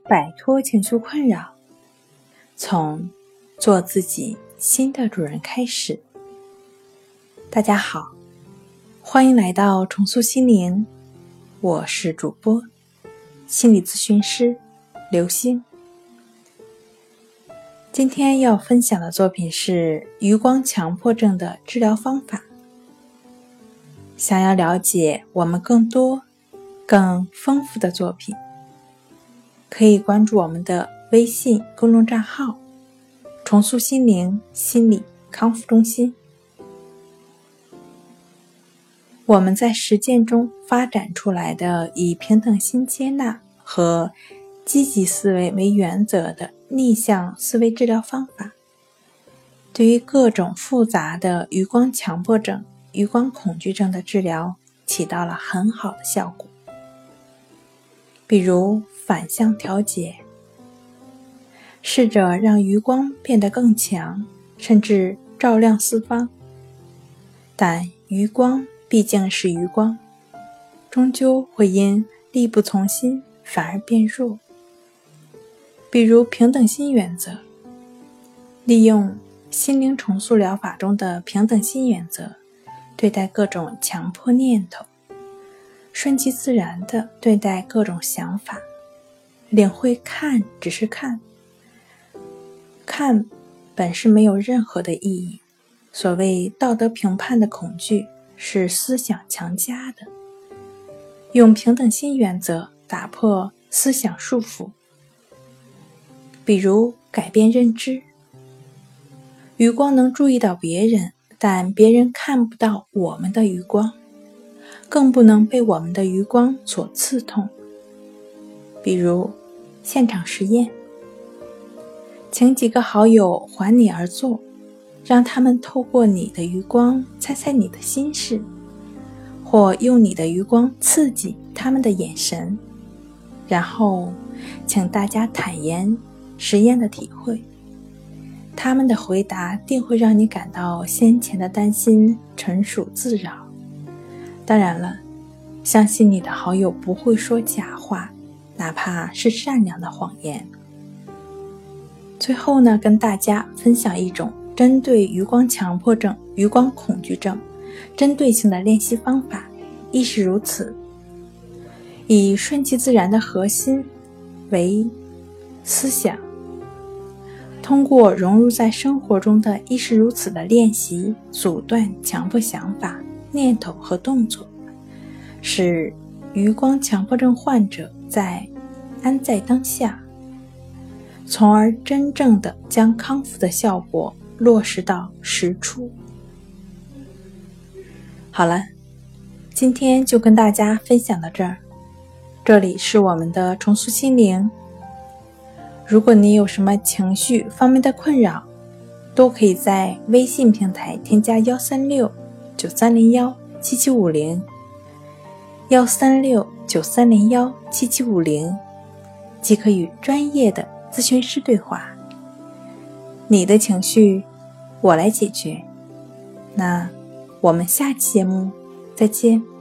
摆脱情绪困扰，从做自己新的主人开始。大家好，欢迎来到重塑心灵，我是主播心理咨询师刘星。今天要分享的作品是余光强迫症的治疗方法。想要了解我们更多更丰富的作品，可以关注我们的微信公众账号重塑心灵心理康复中心。我们在实践中发展出来的以平等心接纳和积极思维为原则的逆向思维治疗方法，对于各种复杂的余光强迫症、余光恐惧症的治疗起到了很好的效果。比如反向调节，试着让余光变得更强，甚至照亮四方。但余光毕竟是余光，终究会因力不从心反而变弱。比如平等心原则，利用心灵重塑疗法中的平等心原则，对待各种强迫念头，顺其自然地对待各种想法，领会看只是看，看本是没有任何的意义。所谓道德评判的恐惧是思想强加的，用平等心原则打破思想束缚。比如改变认知，余光能注意到别人，但别人看不到我们的余光，更不能被我们的余光所刺痛。比如现场实验，请几个好友环你而坐，让他们透过你的余光猜猜你的心事，或用你的余光刺激他们的眼神，然后请大家坦言实验的体会。他们的回答定会让你感到先前的担心纯属自扰。当然了，相信你的好友不会说假话，哪怕是善良的谎言。最后呢，跟大家分享一种针对余光强迫症、余光恐惧症针对性的练习方法，亦是如此。以顺其自然的核心为思想，通过融入在生活中的亦是如此的练习，阻断强迫想法、念头和动作，使余光强迫症患者安在当下，从而真正的将康复的效果落实到实处。好了，今天就跟大家分享到这儿。这里是我们的重塑心灵，如果你有什么情绪方面的困扰，都可以在微信平台添加136-9301-7750 136-9301-7750，即可与专业的咨询师对话。你的情绪我来解决。那我们下期节目再见。